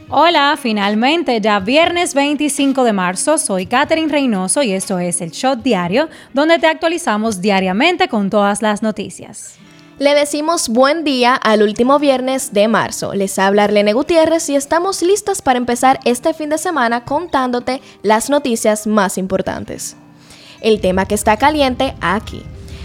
Hola, finalmente, ya viernes 25 de marzo, soy Katherine Reynoso y esto es el Shot Diario, donde te actualizamos diariamente con todas las noticias. Le decimos buen día al último viernes de marzo. Les habla Arlene Gutiérrez y estamos listas para empezar este fin de semana contándote las noticias más importantes. El tema que está caliente aquí.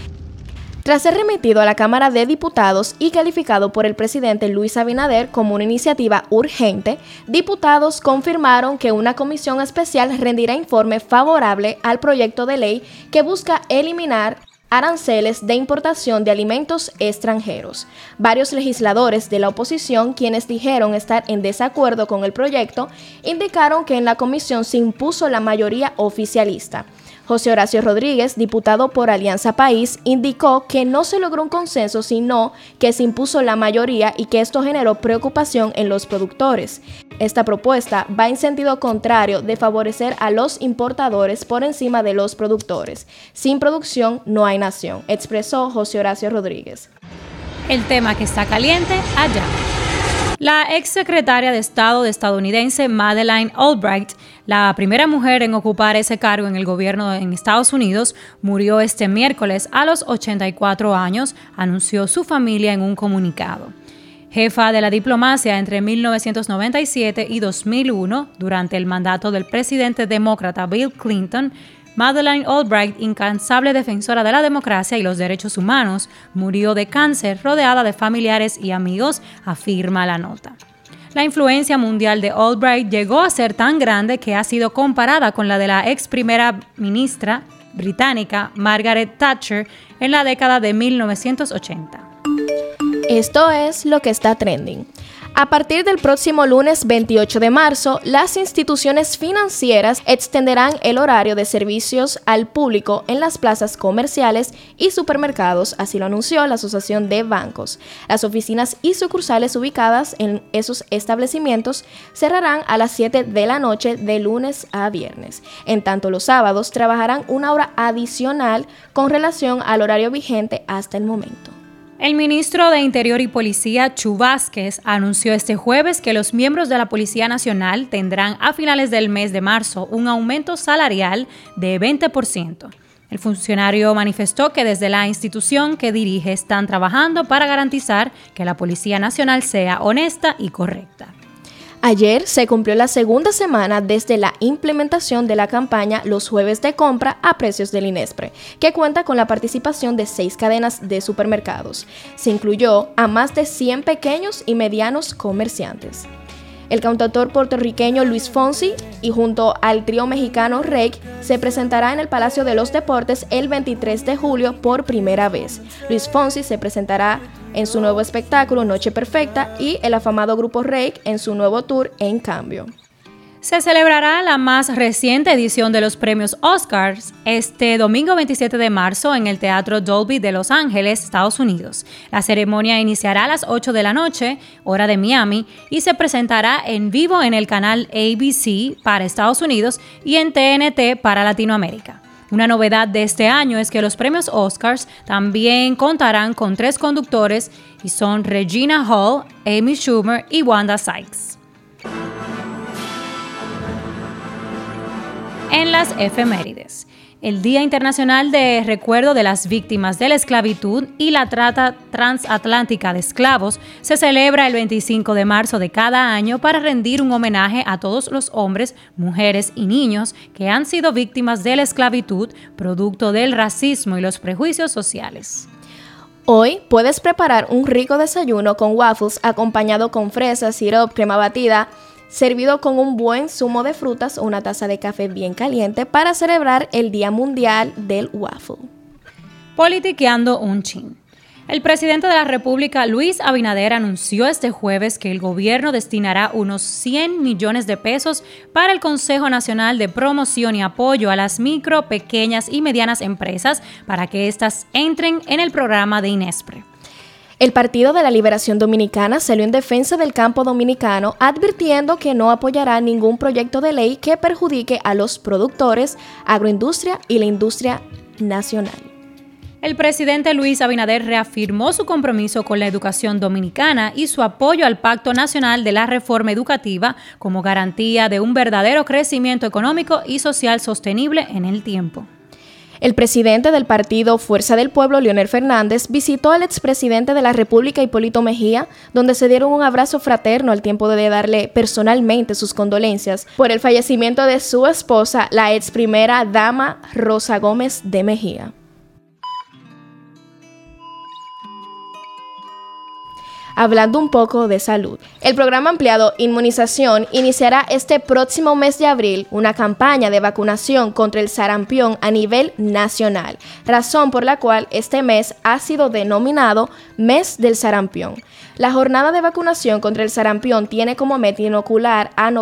Tras ser remitido a la Cámara de Diputados y calificado por el presidente Luis Abinader como una iniciativa urgente, diputados confirmaron que una comisión especial rendirá informe favorable al proyecto de ley que busca eliminar aranceles de importación de alimentos extranjeros. Varios legisladores de la oposición, quienes dijeron estar en desacuerdo con el proyecto, indicaron que en la comisión se impuso la mayoría oficialista. José Horacio Rodríguez, diputado por Alianza País, indicó que no se logró un consenso, sino que se impuso la mayoría y que esto generó preocupación en los productores. Esta propuesta va en sentido contrario de favorecer a los importadores por encima de los productores. Sin producción no hay nación, expresó José Horacio Rodríguez. El tema que está caliente allá. La exsecretaria de Estado estadounidense Madeleine Albright, la primera mujer en ocupar ese cargo en el gobierno en Estados Unidos, murió este miércoles a los 84 años, anunció su familia en un comunicado. Jefa de la diplomacia entre 1997 y 2001, durante el mandato del presidente demócrata Bill Clinton, Madeleine Albright, incansable defensora de la democracia y los derechos humanos, murió de cáncer rodeada de familiares y amigos, afirma la nota. La influencia mundial de Albright llegó a ser tan grande que ha sido comparada con la de la ex primera ministra británica Margaret Thatcher en la década de 1980. Esto es lo que está trending. A partir del próximo lunes 28 de marzo, las instituciones financieras extenderán el horario de servicios al público en las plazas comerciales y supermercados, así lo anunció la Asociación de Bancos. Las oficinas y sucursales ubicadas en esos establecimientos cerrarán a las 7 de la noche de lunes a viernes. En tanto, los sábados trabajarán una hora adicional con relación al horario vigente hasta el momento. El ministro de Interior y Policía, Chu Vázquez, anunció este jueves que los miembros de la Policía Nacional tendrán a finales del mes de marzo un aumento salarial de 20%. El funcionario manifestó que desde la institución que dirige están trabajando para garantizar que la Policía Nacional sea honesta y correcta. Ayer se cumplió la segunda semana desde la implementación de la campaña Los Jueves de Compra a Precios del INESPRE, que cuenta con la participación de 6 cadenas de supermercados. Se incluyó a más de 100 pequeños y medianos comerciantes. El cantautor puertorriqueño Luis Fonsi y junto al trío mexicano Reik se presentará en el Palacio de los Deportes el 23 de julio por primera vez. Luis Fonsi se presentará en su nuevo espectáculo Noche Perfecta y el afamado grupo Reik en su nuevo tour En Cambio. Se celebrará la más reciente edición de los premios Oscars este domingo 27 de marzo en el Teatro Dolby de Los Ángeles, Estados Unidos. La ceremonia iniciará a las 8 de la noche, hora de Miami, y se presentará en vivo en el canal ABC para Estados Unidos y en TNT para Latinoamérica. Una novedad de este año es que los premios Oscars también contarán con 3 conductores y son Regina Hall, Amy Schumer y Wanda Sykes. En las efemérides, el Día Internacional de Recuerdo de las Víctimas de la Esclavitud y la Trata Transatlántica de Esclavos se celebra el 25 de marzo de cada año para rendir un homenaje a todos los hombres, mujeres y niños que han sido víctimas de la esclavitud, producto del racismo y los prejuicios sociales. Hoy puedes preparar un rico desayuno con waffles acompañado con fresas, sirope, crema batida, servido con un buen zumo de frutas o una taza de café bien caliente para celebrar el Día Mundial del Waffle. Politiqueando un chin. El presidente de la República, Luis Abinader, anunció este jueves que el gobierno destinará unos 100 millones de pesos para el Consejo Nacional de Promoción y Apoyo a las micro, pequeñas y medianas empresas para que éstas entren en el programa de INESPRE. El Partido de la Liberación Dominicana salió en defensa del campo dominicano, advirtiendo que no apoyará ningún proyecto de ley que perjudique a los productores, agroindustria y la industria nacional. El presidente Luis Abinader reafirmó su compromiso con la educación dominicana y su apoyo al Pacto Nacional de la Reforma Educativa como garantía de un verdadero crecimiento económico y social sostenible en el tiempo. El presidente del partido Fuerza del Pueblo, Leonel Fernández, visitó al expresidente de la República, Hipólito Mejía, donde se dieron un abrazo fraterno al tiempo de darle personalmente sus condolencias por el fallecimiento de su esposa, la ex primera dama Rosa Gómez de Mejía. Hablando un poco de salud. El programa ampliado Inmunización iniciará este próximo mes de abril una campaña de vacunación contra el sarampión a nivel nacional, razón por la cual este mes ha sido denominado Mes del Sarampión. La jornada de vacunación contra el sarampión tiene como meta inocular a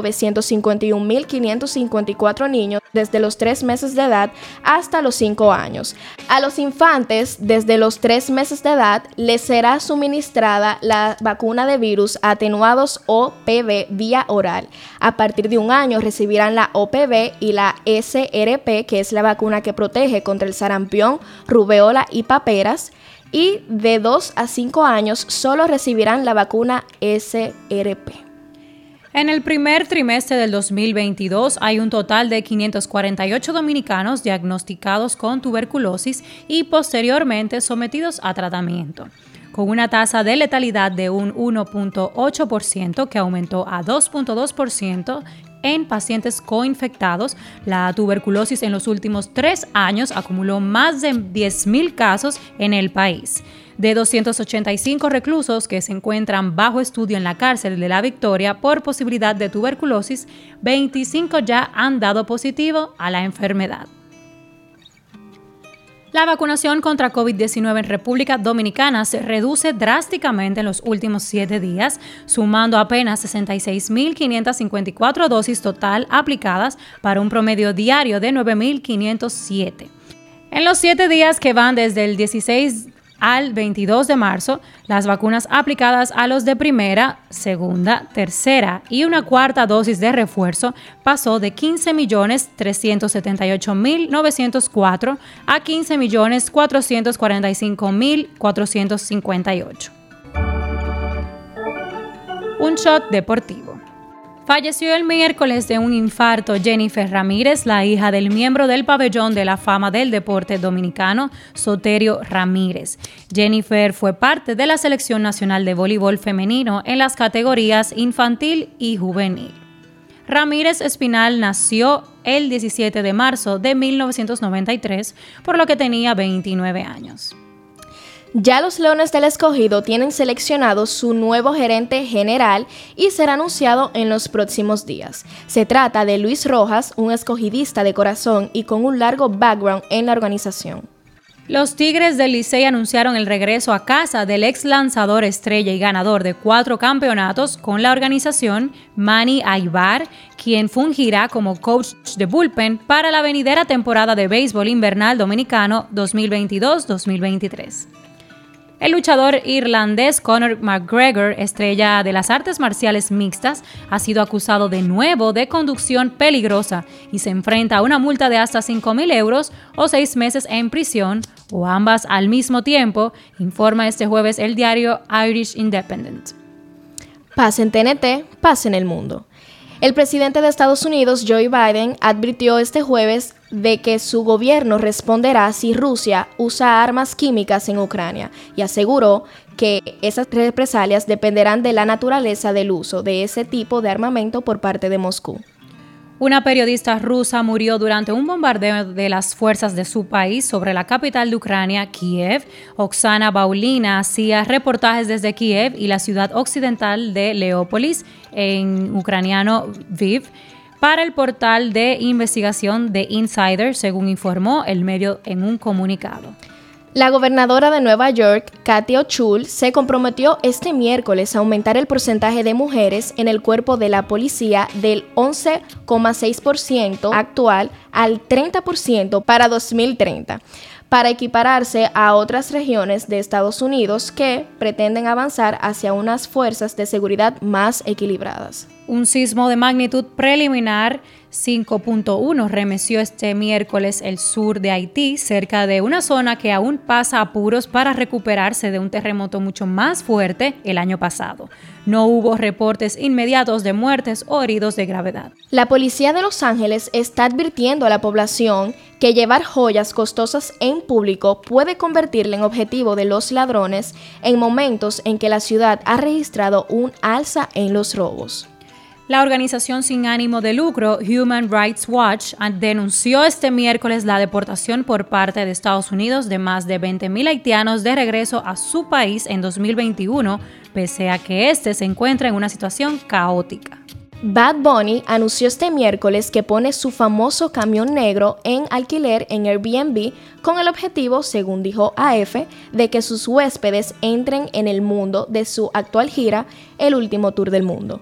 951.554 niños desde los 3 meses de edad hasta los 5 años. A los infantes desde los 3 meses de edad les será suministrada la vacuna de virus atenuados OPV vía oral. A partir de 1 año recibirán la OPV y la SRP, que es la vacuna que protege contra el sarampión, rubeola y paperas. Y de 2 a 5 años solo recibirán la vacuna SRP. En el primer trimestre del 2022 hay un total de 548 dominicanos diagnosticados con tuberculosis y posteriormente sometidos a tratamiento, con una tasa de letalidad de un 1.8% que aumentó a 2.2%. En pacientes coinfectados, la tuberculosis en los últimos 3 años acumuló más de 10.000 casos en el país. De 285 reclusos que se encuentran bajo estudio en la cárcel de La Victoria por posibilidad de tuberculosis, 25 ya han dado positivo a la enfermedad. La vacunación contra COVID-19 en República Dominicana se reduce drásticamente en los últimos 7 días, sumando apenas 66.554 dosis total aplicadas para un promedio diario de 9.507. En los 7 días que van desde el 16 al 22 de marzo, las vacunas aplicadas a los de primera, segunda, tercera y una cuarta dosis de refuerzo pasó de 15.378.904 a 15.445.458. Un shot deportivo. Falleció el miércoles de un infarto Jennifer Ramírez, la hija del miembro del Pabellón de la Fama del Deporte Dominicano, Soterio Ramírez. Jennifer fue parte de la Selección Nacional de Voleibol Femenino en las categorías infantil y juvenil. Ramírez Espinal nació el 17 de marzo de 1993, por lo que tenía 29 años. Ya los Leones del Escogido tienen seleccionado su nuevo gerente general y será anunciado en los próximos días. Se trata de Luis Rojas, un escogidista de corazón y con un largo background en la organización. Los Tigres del Licey anunciaron el regreso a casa del ex lanzador estrella y ganador de 4 campeonatos con la organización, Manny Aybar, quien fungirá como coach de bullpen para la venidera temporada de béisbol invernal dominicano 2022-2023. El luchador irlandés Conor McGregor, estrella de las artes marciales mixtas, ha sido acusado de nuevo de conducción peligrosa y se enfrenta a una multa de hasta 5.000 euros o 6 meses en prisión, o ambas al mismo tiempo, informa este jueves el diario Irish Independent. Paz en TNT, paz en el mundo. El presidente de Estados Unidos, Joe Biden, advirtió este jueves de que su gobierno responderá si Rusia usa armas químicas en Ucrania y aseguró que esas represalias dependerán de la naturaleza del uso de ese tipo de armamento por parte de Moscú. Una periodista rusa murió durante un bombardeo de las fuerzas de su país sobre la capital de Ucrania, Kiev. Oksana Baulina hacía reportajes desde Kiev y la ciudad occidental de Leópolis, en ucraniano Lviv, para el portal de investigación de Insider, según informó el medio en un comunicado. La gobernadora de Nueva York, Kathy Hochul, se comprometió este miércoles a aumentar el porcentaje de mujeres en el cuerpo de la policía del 11,6% actual al 30% para 2030, para equipararse a otras regiones de Estados Unidos que pretenden avanzar hacia unas fuerzas de seguridad más equilibradas. Un sismo de magnitud preliminar 5.1 remeció este miércoles el sur de Haití, cerca de una zona que aún pasa apuros para recuperarse de un terremoto mucho más fuerte el año pasado. No hubo reportes inmediatos de muertes o heridos de gravedad. La policía de Los Ángeles está advirtiendo a la población que llevar joyas costosas en público puede convertirle en objetivo de los ladrones en momentos en que la ciudad ha registrado un alza en los robos. La organización sin ánimo de lucro Human Rights Watch denunció este miércoles la deportación por parte de Estados Unidos de más de 20,000 haitianos de regreso a su país en 2021, pese a que este se encuentra en una situación caótica. Bad Bunny anunció este miércoles que pone su famoso camión negro en alquiler en Airbnb con el objetivo, según dijo AF, de que sus huéspedes entren en el mundo de su actual gira, el último tour del mundo.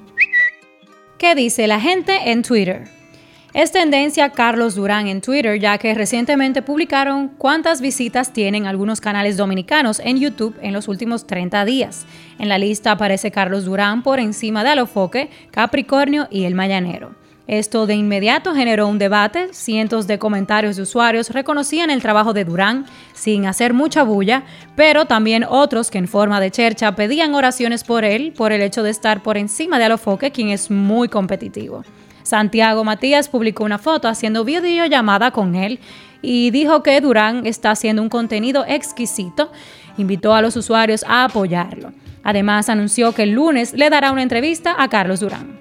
¿Qué dice la gente en Twitter? Es tendencia Carlos Durán en Twitter, ya que recientemente publicaron cuántas visitas tienen algunos canales dominicanos en YouTube en los últimos 30 días. En la lista aparece Carlos Durán por encima de Alofoque, Capricornio y El Mañanero. Esto de inmediato generó un debate. Cientos de comentarios de usuarios reconocían el trabajo de Durán sin hacer mucha bulla, pero también otros que en forma de chercha pedían oraciones por él por el hecho de estar por encima de Alofoque, quien es muy competitivo. Santiago Matías publicó una foto haciendo videollamada con él y dijo que Durán está haciendo un contenido exquisito. Invitó a los usuarios a apoyarlo. Además, anunció que el lunes le dará una entrevista a Carlos Durán.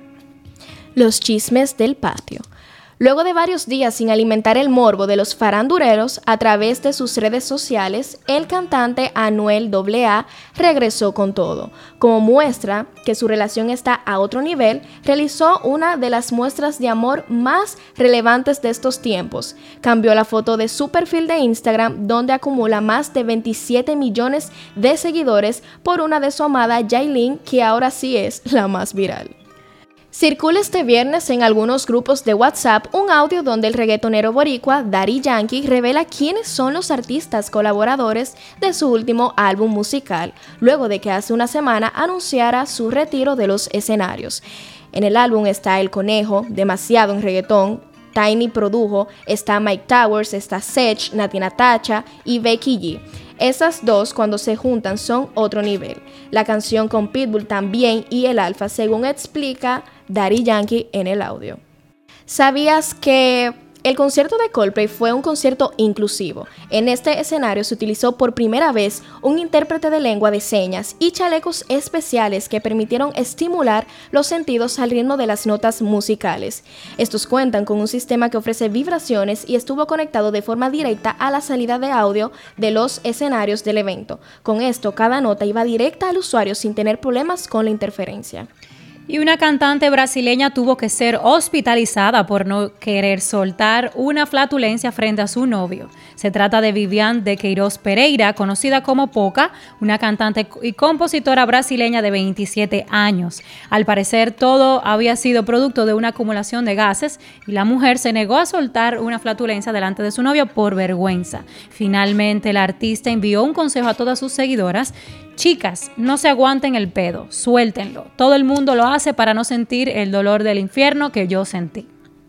Los chismes del patio. Luego de varios días sin alimentar el morbo de los farandureros a través de sus redes sociales, el cantante Anuel AA regresó con todo. Como muestra que su relación está a otro nivel, realizó una de las muestras de amor más relevantes de estos tiempos. Cambió la foto de su perfil de Instagram, donde acumula más de 27 millones de seguidores, por una de su amada Yailin, que ahora sí es la más viral. Circula este viernes en algunos grupos de WhatsApp un audio donde el reggaetonero boricua Daddy Yankee revela quiénes son los artistas colaboradores de su último álbum musical, luego de que hace una semana anunciara su retiro de los escenarios. En el álbum está El Conejo, Demasiado en Reggaetón, Tiny produjo, está Mike Towers, está Sech, Nati Natacha y Becky G. Esas dos, cuando se juntan, son otro nivel. La canción con Pitbull también y el Alfa, según explica Daddy Yankee en el audio. ¿Sabías que el concierto de Coldplay fue un concierto inclusivo? En este escenario se utilizó por primera vez un intérprete de lengua de señas y chalecos especiales que permitieron estimular los sentidos al ritmo de las notas musicales. Estos cuentan con un sistema que ofrece vibraciones y estuvo conectado de forma directa a la salida de audio de los escenarios del evento. Con esto, cada nota iba directa al usuario sin tener problemas con la interferencia. Y una cantante brasileña tuvo que ser hospitalizada por no querer soltar una flatulencia frente a su novio. Se trata de Viviane de Queiroz Pereira, conocida como Poca, una cantante y compositora brasileña de 27 años. Al parecer, todo había sido producto de una acumulación de gases y la mujer se negó a soltar una flatulencia delante de su novio por vergüenza. Finalmente, la artista envió un consejo a todas sus seguidoras: chicas, no se aguanten el pedo, suéltenlo. Todo el mundo lo hace para no sentir el dolor del infierno que yo sentí.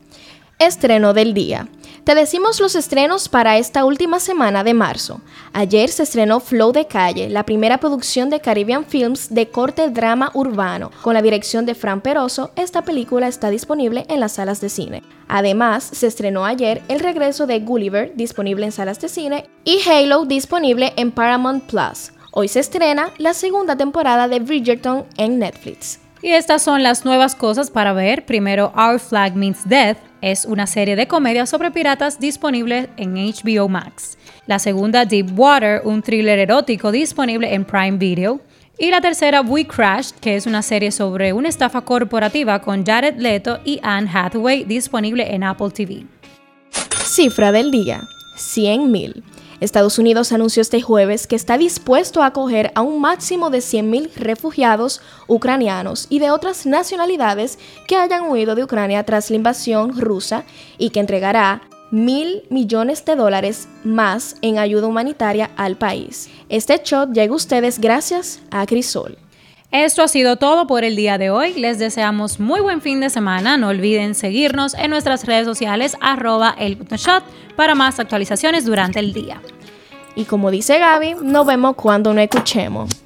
Estreno del día. Te decimos los estrenos para esta última semana de marzo. Ayer se estrenó Flow de Calle, la primera producción de Caribbean Films de corte drama urbano. Con la dirección de Fran Peroso, esta película está disponible en las salas de cine. Además, se estrenó ayer el regreso de Gulliver, disponible en salas de cine, y Halo, disponible en Paramount Plus. Hoy se estrena la segunda temporada de Bridgerton en Netflix. Y estas son las nuevas cosas para ver. Primero, Our Flag Means Death es una serie de comedia sobre piratas disponible en HBO Max. La segunda, Deep Water, un thriller erótico disponible en Prime Video. Y la tercera, We Crashed, que es una serie sobre una estafa corporativa con Jared Leto y Anne Hathaway, disponible en Apple TV. Cifra del día: 100,000. Estados Unidos anunció este jueves que está dispuesto a acoger a un máximo de 100,000 refugiados ucranianos y de otras nacionalidades que hayan huido de Ucrania tras la invasión rusa, y que entregará $1,000 millones más en ayuda humanitaria al país. Este shot llega a ustedes gracias a Crisol. Esto ha sido todo por el día de hoy. Les deseamos muy buen fin de semana. No olviden seguirnos en nuestras redes sociales @el.shot para más actualizaciones durante el día. Y como dice Gaby, nos vemos cuando nos escuchemos.